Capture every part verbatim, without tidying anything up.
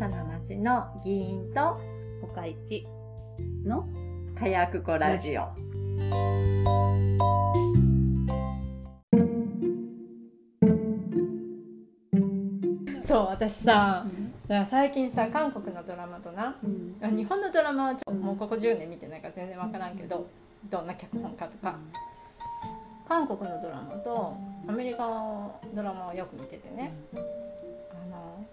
さな町の議員と岡市のかやくこラジオ。そう、私さ、うん、最近さ韓国のドラマとな、うん、日本のドラマはちょ、うん、もうここじゅうねん見てないから全然わからんけど、どんな脚本家とか、うん、韓国のドラマとアメリカのドラマをよく見ててね、うん、あの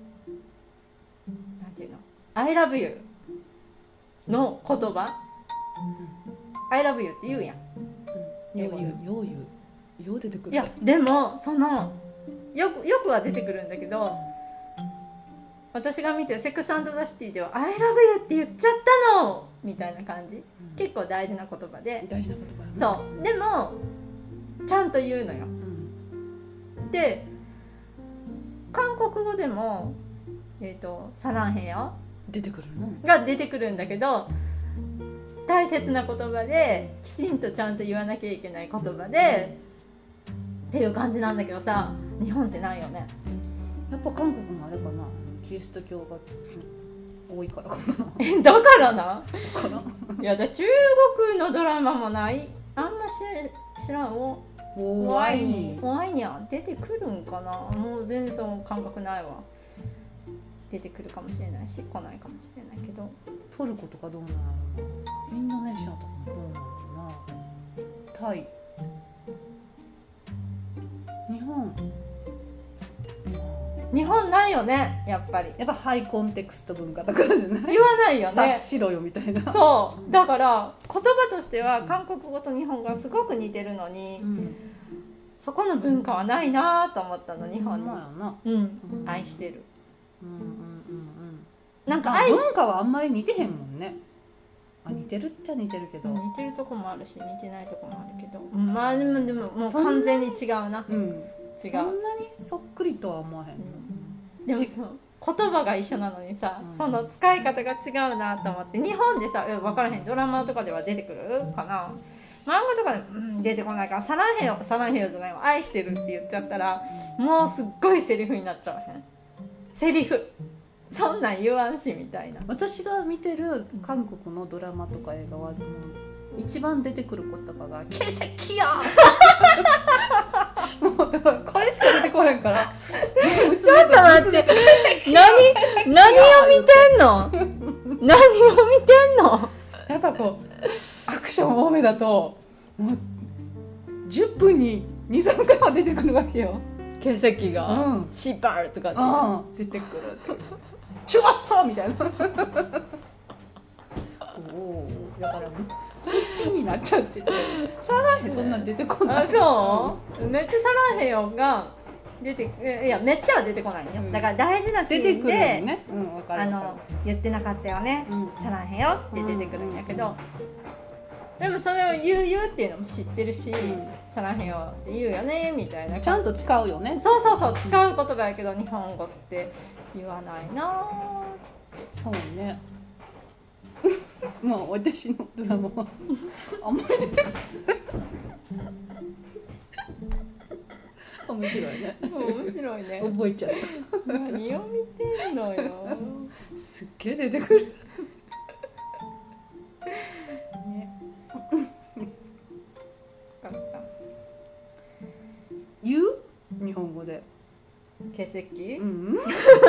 なんていうの I love you の言葉、うん、I love you って言うやん、 うん、よう言うよう言うよう出てくる。 いやでもそのよくよくは出てくるんだけど、私が見てるセックス&ザ・シティでは I love you って言っちゃったのみたいな感じ、うん、結構大事な言葉で、 大事な言葉、ね、 そうでもちゃんと言うのよ、うん、で韓国語でもえーとサランヘヨ出てくるのが出てくるんだけど、大切な言葉できちんとちゃんと言わなきゃいけない言葉で、うん、っていう感じなんだけどさ、日本ってないよね。 やっぱ韓国もあれかな、キリスト教が多いからかな。 え、だからな。いや、私中国のドラマもない、あんま知らん。おお愛にお愛にゃ出てくるんかな。もう全然その感覚ないわ。出てくるかもしれないし来ないかもしれないけど。 トルコとかどうなの？インドネシアとかどうなのかな。タイ、日本日本ないよね、やっぱり。 やっぱハイコンテクスト文化だからじゃない？ 言わないよね。 察しろよみたいな。 そうだから言葉としては韓国語と日本語がすごく似てるのに、うん、そこの文化はないなと思ったの、日本に。 まあな、 うんうん、愛してる。 うんうんうんうん。 なんか愛し文化はあんまり似てへんもんね。あ、似てるっちゃ似てるけど、 似てるとこもあるし似てないとこもあるけど、まあでもでももう完全に違うな。うん、違う。そんなにそっくりとは思わへん、 うん、でもそう言葉が一緒なのにさ、うん、その使い方が違うなと思って。日本でさ、分からへん、ドラマとかでは出てくるかな、漫画とかで、うん、出てこないから、サランヘヨサランヘヨじゃないわ、愛してるって言っちゃったら、もうすっごいセリフになっちゃわへん。セリフそんなん言わんしみたいな。 私が見てる韓国のドラマとか映画はもう一番出てくる言葉がケセキやもうだからこれしか出てこないから。 ちょっと待って、何何を見てんの何を見てんの。 やっぱこうアクション多めだともうじゅっぷんに にさんかいは出てくるわけよ、 ケセキが、うん、シーパーとかって出てくるチュワッソみたいなおお、だからそっちになっちゃってて、サランヘヨそんなん出てこない。 あ、そう、めっちゃサランヘヨが出て、いやめっちゃは出てこないよ、うん、だから大事なシーンで出てくるね、うん、分かる分かる、あの言ってなかったよね、うん、サランヘヨって出てくるんやけど、うん、でもそれを言う言うっていうのも知ってるし、うん、サランヘヨって言うよねみたいな、 ちゃんと使うよね。 そうそうそう、使う言葉やけど日本語って言わないな。 そうねまあ私のドラマはあんまり出てこない面白いね。 面白いね。 覚えちゃった。 何を見てんのよ。 すっげえ出てくるね。言う？日本語でケセキ？ うん。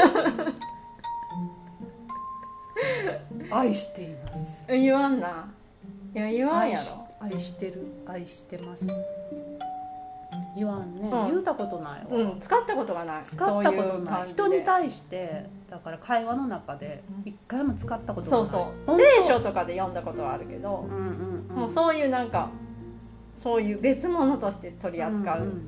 愛しています。 言わんな。いや言わんやろ。 愛し、愛してる、愛してます。言わんね。うん、言うたことないわ。 うん、使ったことがない。 使ったことない。人に対してだから会話の中で一回も使ったことがない。 そうそう。聖書とかで読んだことはあるけど、うんうんうん、もうそういうなんかそういう別物として取り扱う。うんうん、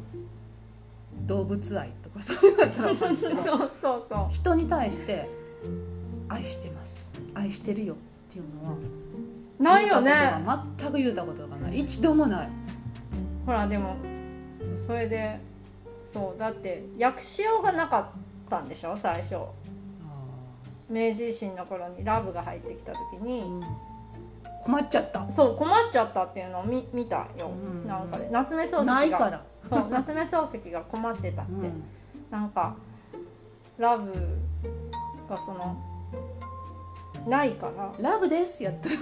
動物愛とかそういうのだったら分かるけど、 そうそうそう。 人に対して愛してます、愛してるよっていうのはないよね。 全く言うたことがない、一度もない。 ほらでもそれでそうだって訳しようがなかったんでしょ最初。明治維新の頃にラブが入ってきた時に、うん、 困っちゃった。 そう困っちゃったっていうのを 見, 見たよ、うん、なんかで夏目漱石がないからそう夏目漱石が困ってたって、うん、なんかラブかそのないからラブですやった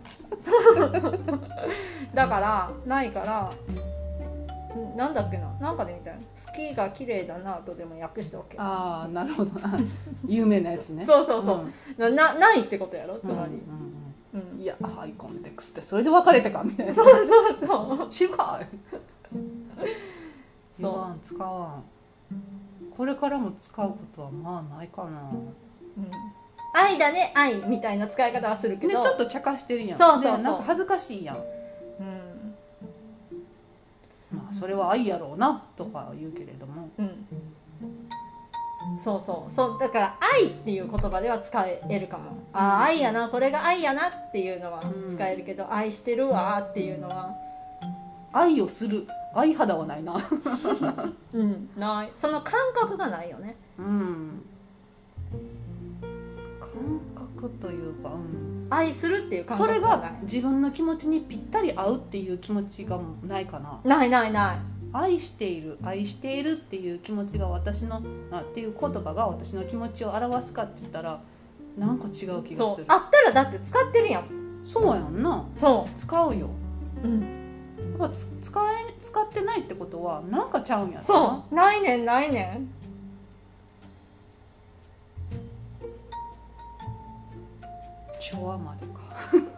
だからないからなんだっけななんかで見たよ月が綺麗だなとでも訳しておけああなるほどな有名なやつねそうそうそう、うん、な, ないってことやろつまり、うんうんうん、いやハイコンテクストそれで別れたかみたいなそうそうそう知るか言わん使わんこれからも使うことはまあないかな、うん、 愛だね愛みたいな使い方はするけど、 ね、ちょっと茶化してるやんそうそうそう、 ね、なんか恥ずかしいやん、うん、まあそれは愛やろうなとか言うけれども、うん、 そうそうそうだから愛っていう言葉では使えるかも、うん、ああ愛やなこれが愛やなっていうのは使えるけど、うん、愛してるわっていうのは愛をする愛肌はないなうんないその感覚がないよねうん感覚というか、うん、 愛するっていう感覚がないそれが自分の気持ちにぴったり合うっていう気持ちがないかなないないない愛している愛しているっていう気持ちが私のあっていう言葉が私の気持ちを表すかって言ったらなんか違う気がするそうあったらだって使ってるやんそうやんなそう使うようんやっぱつ使え使ってないってことはなんかちゃうんやろなそうないねんないねん調和までか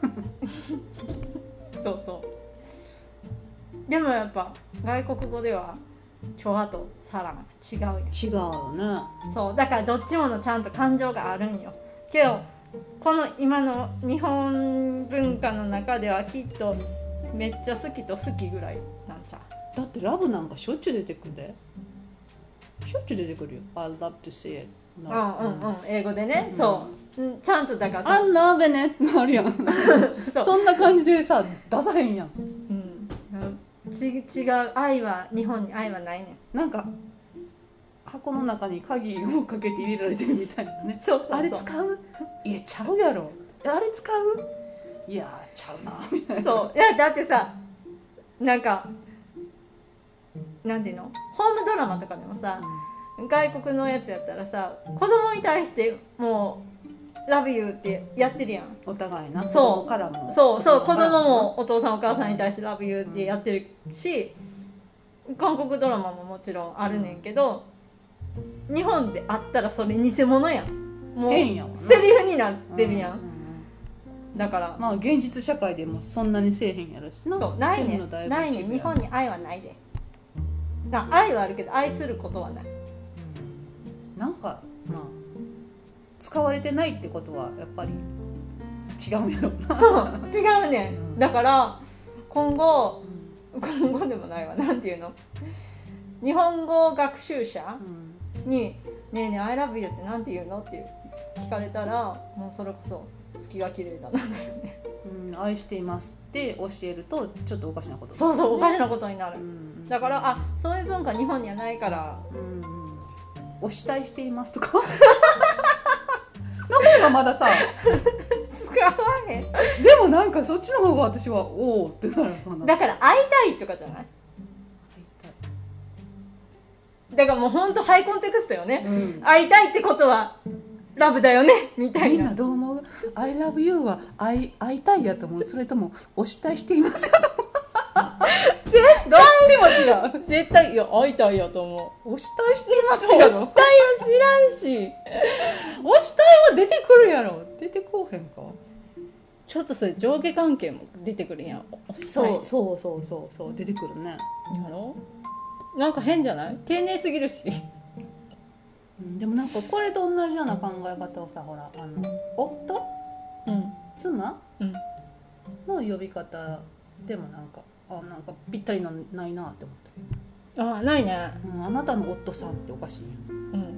そうそうでもやっぱ外国語では調和とサラが違うよ違うよねそうだからどっちものちゃんと感情があるんよけどこの今の日本文化の中ではきっとめっちゃ好きと好きぐらいなんちゃうだってラブなんかしょっちゅう出てくるでしょっちゅう出てくるよ I love to see it うんうんうん英語でね、うん、そうちゃんとだから I love it ねってあるやん そ, そんな感じでさ出さへんやん、 うん、ち違う愛は日本に愛はないねんなんか箱の中に鍵をかけて入れられてるみたいなねそうそうそうあれ使ういやちゃうやろあれ使ういやちゃうなみたいなそういやだってさなんかなんていうのホームドラマとかでもさ、うん、外国のやつやったらさ子供に対してもうラブユーってやってるやんお互いなそうからもそうそう子供もお父さんお母さんに対してラブユーってやってるし、うん、韓国ドラマももちろんあるねんけど、うん、日本であったらそれ偽物やんもうセリフになってるやん、うんうんだからまあ現実社会でもそんなにせえへんやろしなそうないねんないねん日本に愛はないでだ愛はあるけど愛することはない、 うん、なんかまあ使われてないってことはやっぱり違うんやろなそう違うねん、うん、だから今後、うん、今後でもないわなんていうの日本語学習者に、うん、ねえねえ I love you ってなんて言うのって聞かれたらもうそれこそ月が綺麗だなんだよね、 うん、愛していますって教えるとちょっとおかしなこと、ね、 そうそうおかしなことになる、うん、だからあそういう文化日本にはないから、うんうん、お慕いしていますとかの方がまださ使わへんでもなんかそっちの方が私はおおってなるかなだから会いたいとかじゃない会いたいだからもうほんとハイコンテクストよね、うん、会いたいってことはラブだよねみたいなみんなどう思う I love you は 会, 会いたいやと思うそれともお慕いしていますかと思う絶対どっちも違う絶対いや会いたいやと思うお慕いしていますよお慕いは知らんしお慕いは出てくるやろ出てこうへんかちょっとそれ上下関係も出てくるやんそうそうそうそうそう出てくるねやろなんか変じゃない丁寧すぎるしでもなんかこれと同じような考え方をさほらあの夫、うん、妻、うん、の呼び方でもなんかあなんかぴったりなないなって思ったあないね、 うん、あなたの夫さんっておかしいやん、うん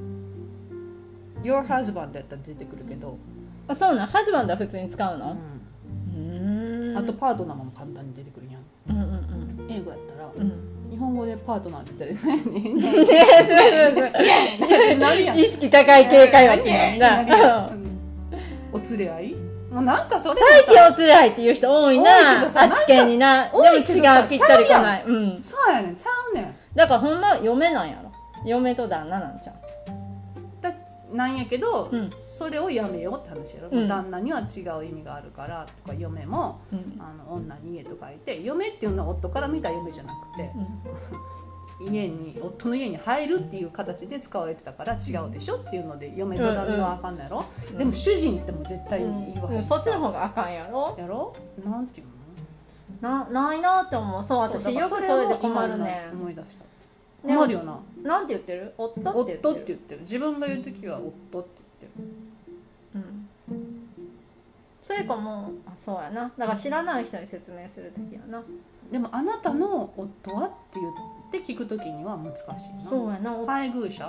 、Your husband やったら出てくるけどあそうなんハズバンドは普通に使うの、 うん、うんあとパートナーも簡単に出てくるやん、うんうんうん、英語やったら、うん日本語でパートナーって言ったらねね意識高い警戒はきないなお連れ合いもうなんかそれ最近お連れ合いっていう人多いなあっち系になでも違うぴったりこないうんそうやねんちゃうねんだからほんま嫁なんやろ嫁と旦那なんちゃうだなんやけど、 うん、 それをやめようって話やろ、うん、旦那には違う意味があるからとか、嫁も、うん、あの女に家と書いて、嫁っていうのは夫から見た嫁じゃなくて、うん、家に夫の家に入るっていう形で使われてたから違うでしょっていうので嫁と旦那はあかんのやろ、うんうん、でも主人っても絶対に言わへん、 うん、そっちの方があかんやろやろ、なんていうのな、ないなって思う。そう、私よくそれで困るね。 思い出した。困るよな。 なんて言ってる？夫って言ってる。 夫って言ってる。自分が言うときは夫って言ってる。うん。それかもう、あ、そうやな。だから知らない人に説明するときやな。 でもあなたの夫はって言って聞くときには難しいな。 そうやな。 配偶者。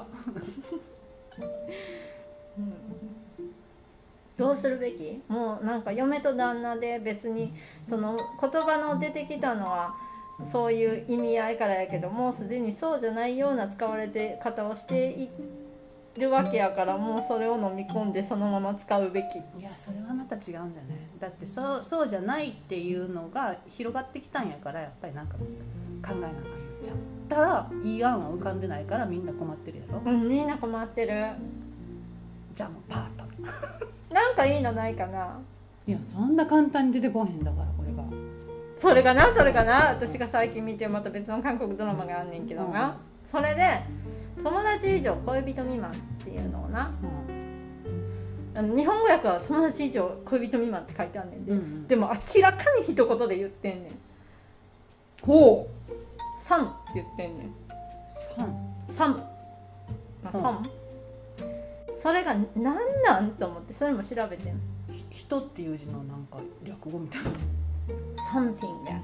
うん、どうするべき？もうなんか嫁と旦那で別にその言葉の出てきたのはそういう意味合いからやけど、もうすでにそうじゃないような使われて方をしているわけやから、もうそれを飲み込んでそのまま使うべき。 いや、それはまた違うんじゃない？だってそう、そうじゃないっていうのが広がってきたんやから、やっぱりなんか考えなあかんのちゃう。ただいい案は浮かんでないからみんな困ってるやろ。 うん、みんな困ってる。 じゃあもうパーッとなんかいいのないかな。 いや、そんな簡単に出てこへんだから、これがそれかなそれかな私が最近見てまた別の韓国ドラマがあんねんけどな、うん、それで友達以上恋人未満っていうのをな、うん、あの日本語訳は友達以上恋人未満って書いてあんねんで、うんうん、でも明らかに一言で言ってんねん。 ほう、 サンって言ってんねん。 サンサン、まあ、サン、それが何なんと思ってそれも調べてん。 人っていう字のなんか略語みたいな。 something やね。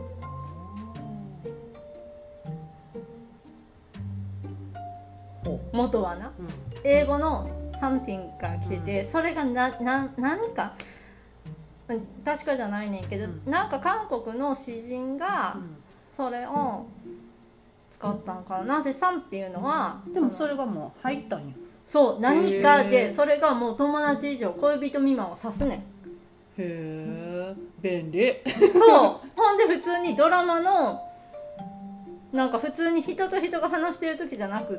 元はな、うん、英語の something から来てて、うん、それがな、な、なんか確かじゃないねんけど、うん、なんか韓国の詩人がそれを使ったんかな。なぜさんっていうのは、 でもそれがもう入ったんよ。 そう、何かでそれがもう友達以上恋人未満を指すねん。 へえ、便利。 そう、ほんで普通にドラマのなんか普通に人と人が話してる時じゃなくって、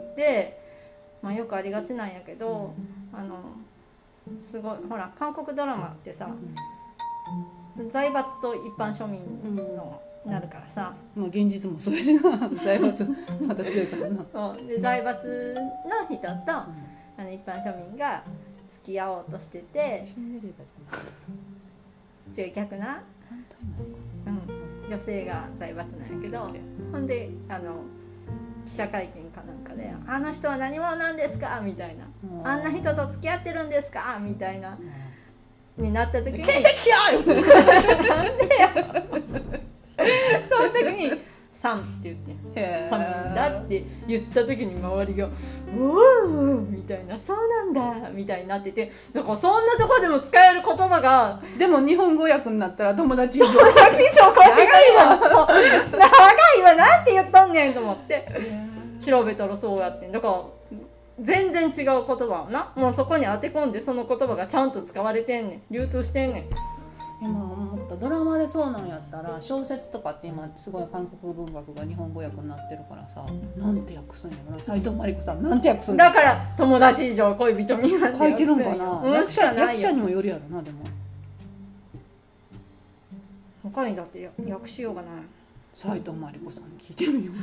まあよくありがちなんやけど、あのすごいほら韓国ドラマってさ、財閥と一般庶民のなるからさ、 まあ現実もそうやしな。財閥また強いからな。 そうで財閥の人と、うん、あの一般庶民が付き合おうとしてて、 シンデレラじゃない違う逆な、うん、女性が財閥なんやけど、ほんであの記者会見かなんかで「あの人は何者なんですか?」みたいな「あんな人と付き合ってるんですか?」みたいなになった時に「 警察や!」 なんでよその時に「さん」って言って「さんだ」って言った時に周りが「うおー」みたいな「そうなんだ」みたいになってて、だからそんなとこでも使える言葉が、 でも日本語訳になったら友達以上友達以上こうやって長いわ長いわなんて言っとんねんと思って調べたらそうやってん。だから全然違う言葉をな、もうそこに当て込んでその言葉がちゃんと使われてんねん、流通してんねん。 今思った、ドラマでそうなんやったら小説とかって今すごい韓国文学が日本語訳になってるからさ、なんて訳すんやろな。斉藤真理子さんなんて訳すんですか。 だから友達以上恋人未満って書いてるんかな、 うん、 役者、役者にもよるやろな。でも他にだって訳しようがない。 斉藤真理子さんに聞いてみよ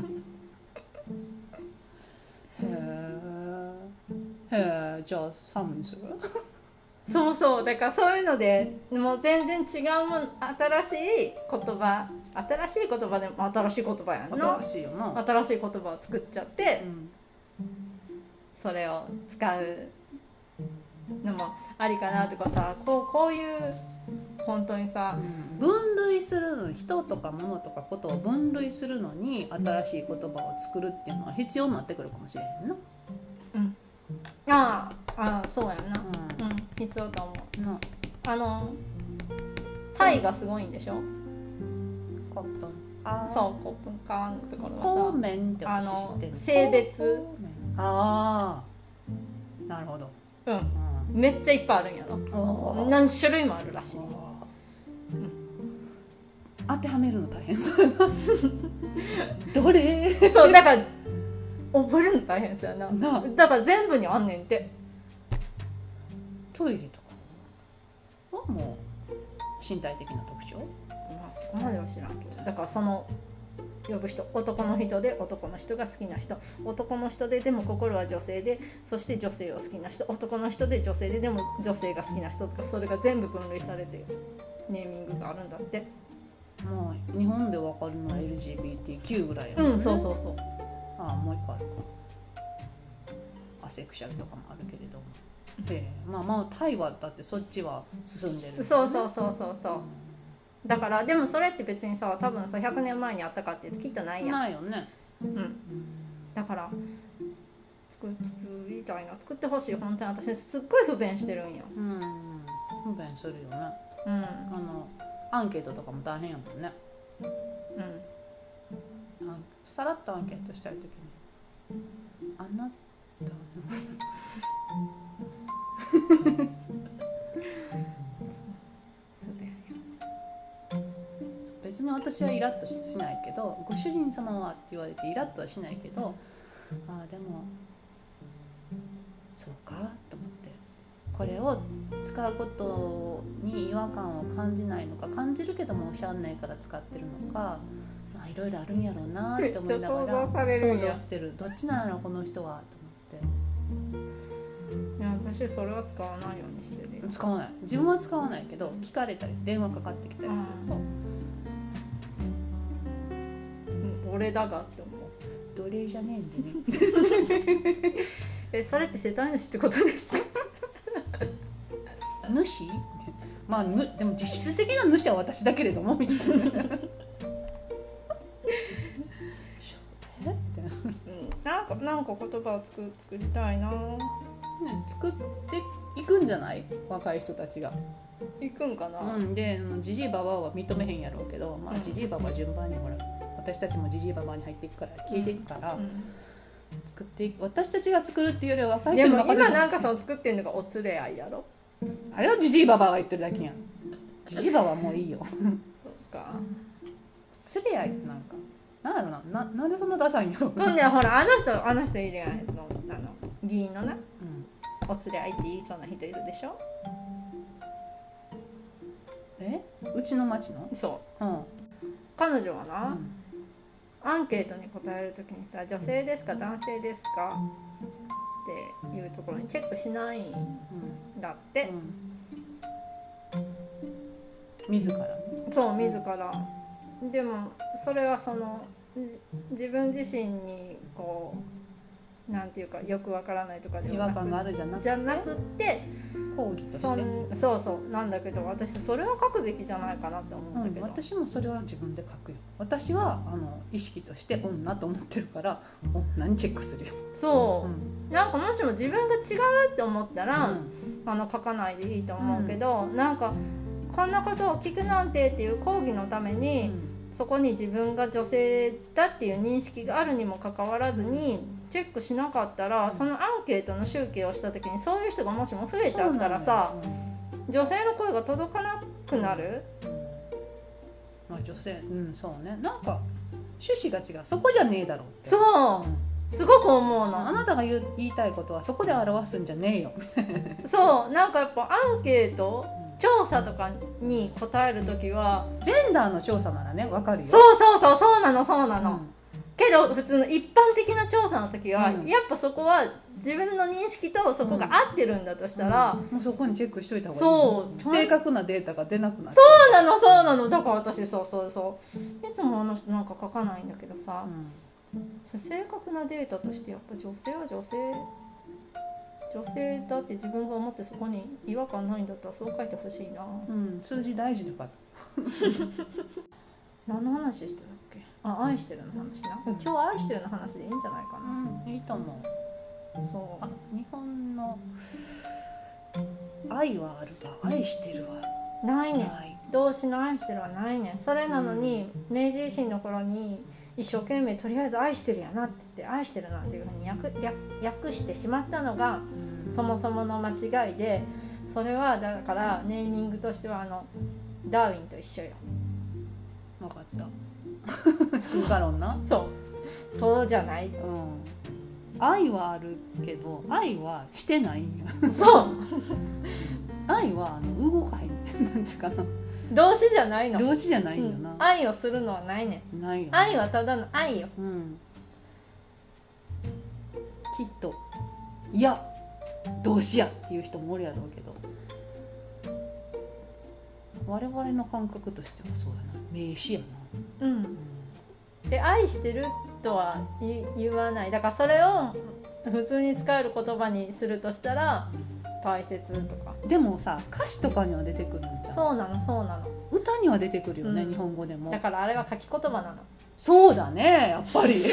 うへえ、へえ、じゃあサムにするそうそう、だからそういうのでもう全然違うもん、新しい言葉、新しい言葉でも新しい言葉やんな。 新しいよな。 新しい言葉を作っちゃって、うん、それを使うのもありかなとかさ、こう、こういう本当にさ、 うん、分類するのに人とか物とかことを分類するのに新しい言葉を作るっていうのは必要になってくるかもしれへんな。 うん、ああ、あそうやな、うん、うん、必要と思うな。あのタイがすごいんでしょ。 コップン、あそう、コップンカーンのところがさ、コーメンって私知ってる。 性別、 ああ、なるほど、 うん、うん、めっちゃいっぱいあるんやろ。何種類もあるらしい、うん、 当てはめるの大変そうやなどれそうだから覚えるの大変そうやな。なだから全部にあんねんって。 トイレとかはもう身体的な特徴？ まあそこまでは知らんけど、だからその呼ぶ人、男の人で男の人が好きな人、男の人ででも心は女性で、そして女性を好きな人、男の人で女性ででも女性が好きな人とか、それが全部分類されてネーミングがあるんだって。 まあ日本でわかるのは エルジービーティーキュー ぐらいやもんね。 うん、そうそうそう。 ああ、もう一個あるか。アセクシャルとかもあるけれども。で、まあまあタイはだってそっちは進んでる、ね。 そうそうそうそうそう。だからでもそれって別にさ、多分さひゃくねんまえにあったかっていうときっとないやん。 ないよね。 うん。だから作りたいな、作ってほしい。本当に私すっごい不便してるんよ。 うん。不便するよね。 うん。あのアンケートとかも大変やもんね。うん。あ、さらっとアンケートしたいときに、あなた別に私はイラッとしないけど、ご主人様はって言われてイラッとはしないけど、ああでもそうかと思って、これを使うことに違和感を感じないのか、感じるけどもしゃあないから使ってるのか、まあいろいろあるんやろうなって思いながら想像してる。どっちなのこの人はと思って。 いや私それは使わないようにしてるよ。 使わない。自分は使わないけど、聞かれたり電話かかってきたりすると、 うん、俺だがって思う。 奴隷じゃねえんでね。 え、それって世帯主ってことですか？ 主？まあぬでも実質的な主は私だけれどもみたいな。え？ うん、なんかなんか言葉を作作りたいな。ね、 作っていくんじゃない？若い人たちが。 いくんかな。 うん、でジジイババアは認めへんやろうけど、まあジジイババア順番にほら私たちもジジイババアに入っていくから聞いていくから、うんうん、作っていく。私たちが作るっていうよりは若い人に任せて。 でも今なんかその作ってんのがお連れ合いやろ。 あれはジジイババアが言ってるだけやん。ジジイババアはもういいよ。 そうか。 連れ合いってなんかなんやろな、ななんでそんなダサいんやろ。 ほんでほらあの人あの人いるやん、あの議員のな、うん、お連れ合いって言いそうな人いるでしょ。 え？うちの町の？ そう、 うん、 彼女はな、うん、アンケートに答えるときにさ、女性ですか男性ですかっていうところにチェックしないんだって、 うんうん、自らね。 そう自ら。でもそれはその自分自身にこうなんていうかよくわからないとかではなく、 違和感があるじゃなくて、 じゃなくって抗議としてそそうそうなんだけど、私それは書くべきじゃないかなって思うんだけど、 うん、私もそれは自分で書くよ。私はあの意識として女と思ってるから女にチェックするよ。 そう、うん、なんかもしも自分が違うって思ったら、うん、あの書かないでいいと思うけど、うん、なんかこんなことを聞くなんてっていう抗議のために、うん、そこに自分が女性だっていう認識があるにもかかわらずにチェックしなかったら、そのアンケートの集計をした時にそういう人がもしも増えちゃったらさ、女性の声が届かなくなる、うんまあ、女性、うん、そうね、なんか趣旨が違う、そこじゃねえだろうって。 そう、うん、すごく思うの。 あなたが言う言いたいことはそこで表すんじゃねえよ。 そう、なんかやっぱアンケート調査とかに答えるときはジェンダーの調査ならね分かるよ。 そうそうそうそうなのそうなの、うん、けど普通の一般的な調査の時は、うん、やっぱそこは自分の認識とそこが合ってるんだとしたら、 うんうん、もうそこにチェックしといた方がいい。そう正確なデータが出なくなる。 そうなのそうなの。だから私そうそうそういつもあの人なんか書かないんだけどさ、うん、正確なデータとしてやっぱ女性は女性女性だって自分が思ってそこに違和感ないんだったらそう書いてほしいな。 うん、数字大事だから。 何の話してたっけ？あ、愛してるの話な。今日愛してるの話でいいんじゃないかな。 うん、いいと思う。 そう。 あ、日本の愛はあるが愛してるはないねん。動詞の愛してるはないねん。それなのに、うん、明治維新の頃に一生懸命とりあえず愛してるやなって言って愛してるなんていうふうに訳、訳してしまったのが、うん、そもそもの間違いで、それはだからネーミングとしてはあのダーウィンと一緒よ。 分かった。進化論な。 そうそうじゃない、うん、 愛はあるけど愛はしてないんやそう愛はあの動かへんなんちゅうかな動詞じゃないの。 動詞じゃないんよな、 うん、愛をするのはないねん。 ないよ、ね、 愛はただの愛よ。 うんきっといや動詞やっていう人もおるやろうけど我々の感覚としてはそうやな名詞やな、 うん、で愛してるとは言わない。だからそれを普通に使える言葉にするとしたら大切とか。 でもさ歌詞とかには出てくるんじゃん。 そうなのそうなの。 歌には出てくるよね、 うん、 日本語でも。 だからあれは書き言葉なの。 そうだねやっぱり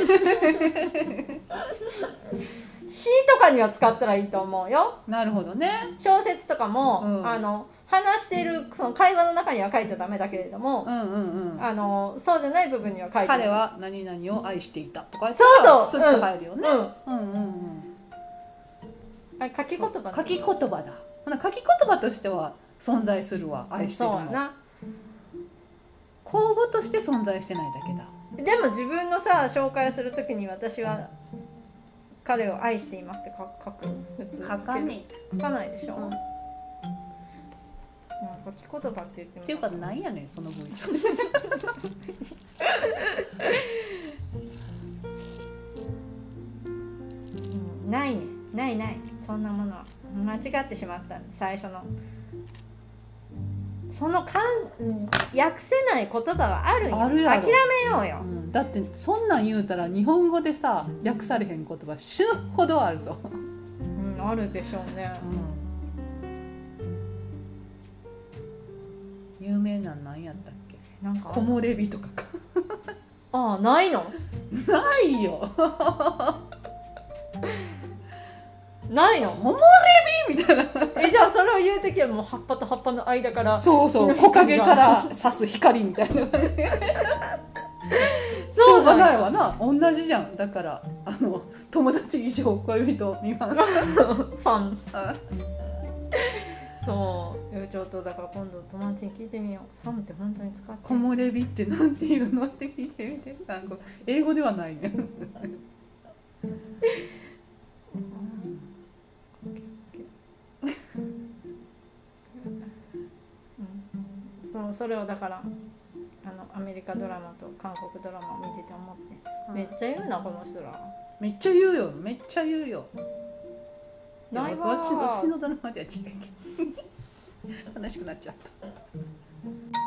詩とかには使ったらいいと思うよ。 なるほどね。 小説とかも、うん、あの話しているその会話の中には書いちゃダメだけれども、 うんうんうん、 あのそうじゃない部分には書いて彼は何々を愛していたとかそうそうスッと入るよね、 うん、 うんうんうんあれ書き言葉書き言葉だ。書き言葉としては存在するわ愛してるの。そうな口語として存在してないだけだ。 でも自分のさ紹介するときに私は彼を愛していますって書く普通書かね書かないでしょ、うん、書き言葉って言ってもっていうかなんやねんその文章うん、ないねないないそんなものは間違ってしまった最初のそのかん訳せない言葉があるよ。 あるやろ。 諦めようよ、 うん、だってそんなん言うたら日本語でさ訳されへん言葉死ぬほどあるぞ、 うん、あるでしょうね、 うん、有名なん何やったっけ。 なんか木漏れ日とかかああないのないよないの木漏れ日みたいなえじゃあそれを言うときはもう葉っぱと葉っぱの間からそうそう木陰から差す光みたいなしょうがないわな同じじゃん。だからあの友達以上恋人未満さんそうちょっとだから今度友達に聞いてみよう。さんって本当に使って木漏れ日ってなんていうのって聞いてみて。なんか英語ではないねうん、それをだからあのアメリカドラマと韓国ドラマを見てて思って、うん、めっちゃ言うなこの人ら。 めっちゃ言うよめっちゃ言うよ。 ないわ私のドラマでは違う悲しくなっちゃった。